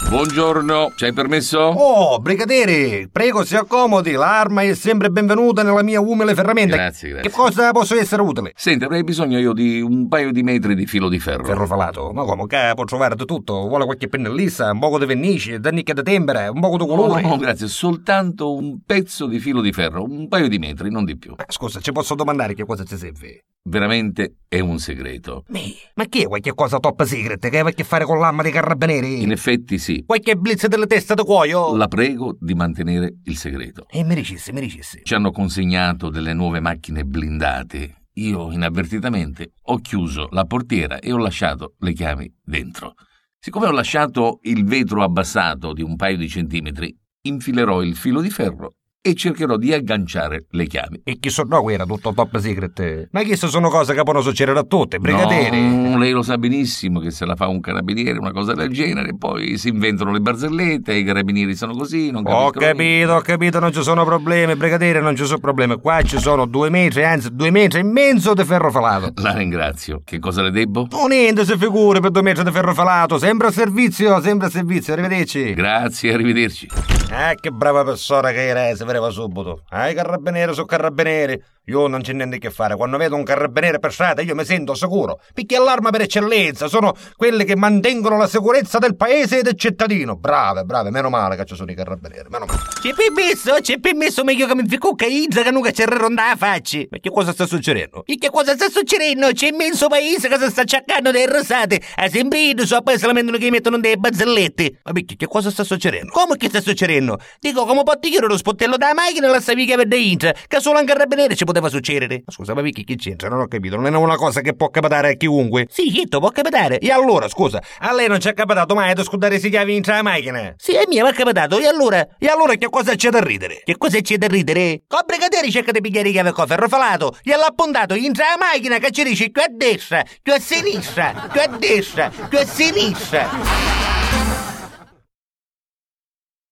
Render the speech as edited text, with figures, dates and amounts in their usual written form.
Buongiorno, c'hai permesso? Oh, brigadiere, prego si accomodi, l'arma è sempre benvenuta nella mia umile ferramenta. Grazie. Che cosa posso essere utile? Senti, avrei bisogno io di un paio di metri di filo di ferro. Ferro falato? Ma come, che può trovare di tutto? Vuole qualche pennellissa, un poco di vernice, dannicchia di tempera, un poco di colore? No, grazie, soltanto un pezzo di filo di ferro, un paio di metri, non di più. Scusa, ci posso domandare che cosa ci serve? Veramente è un segreto. Ma che è qualche cosa top secret che ha a che fare con l'arma dei carabinieri? In effetti sì. Qualche blitz delle teste di cuoio? La prego di mantenere il segreto. Mi dicessi. Ci hanno consegnato delle nuove macchine blindate. Io, inavvertitamente, ho chiuso la portiera e ho lasciato le chiavi dentro. Siccome ho lasciato il vetro abbassato di un paio di centimetri, infilerò il filo di ferro e cercherò di agganciare le chiavi. E chi sono qui era tutto top secret? Ma queste sono cose che possono succedere a tutte, brigadiere. No, lei lo sa benissimo che se la fa un carabiniere una cosa del genere, poi si inventano le barzellette, i carabinieri sono così, non capiscono. Ho capito, non ci sono problemi, brigadiere, non ci sono problemi. Qua ci sono 2 metri, anzi 2 metri e mezzo di ferro falato. La ringrazio. Che cosa le debbo? Oh, niente, si figuri per 2 metri di ferro falato. Sempre a servizio, arrivederci. Grazie, arrivederci. Che brava persona che era, si vedeva subito. I carabinieri sono carabinieri. Io non c'è niente che fare. Quando vedo un carabiniere per strada io mi sento sicuro. Perché l'arma per eccellenza sono quelle che mantengono la sicurezza del paese e del cittadino. Brave, meno male che ci sono i carabinieri, meno male. C'è permesso meglio che mi ficucca Izza che non c'è ronda la faccia. Ma che cosa sta succedendo? C'è immenso paese che si sta cercando delle rosate. A sempre so poi se lamentano che mettono delle barzellette. Ma perché che cosa sta succedendo? Come che sta succedendo? Dico, come potti io lo spottello della macchina e la savica per dentro, che solo un carabiniere ci poteva succedere. Ma scusa, ma perché che c'entra? Non ho capito, non è una cosa che può capitare a chiunque. Sì, certo, può capitare. E allora, scusa, a lei non ci è capitato mai di scudare si chiavi dentro la macchina? Sì, a me mi è capitato. E allora che cosa c'è da ridere? Che cosa c'è da ridere? Con brigadiere cerca di pigliare i chiavi con ferro falato, gliel'ha appuntato dentro la macchina che ci dice più a destra, più a sinistra, più a destra, più a sinistra.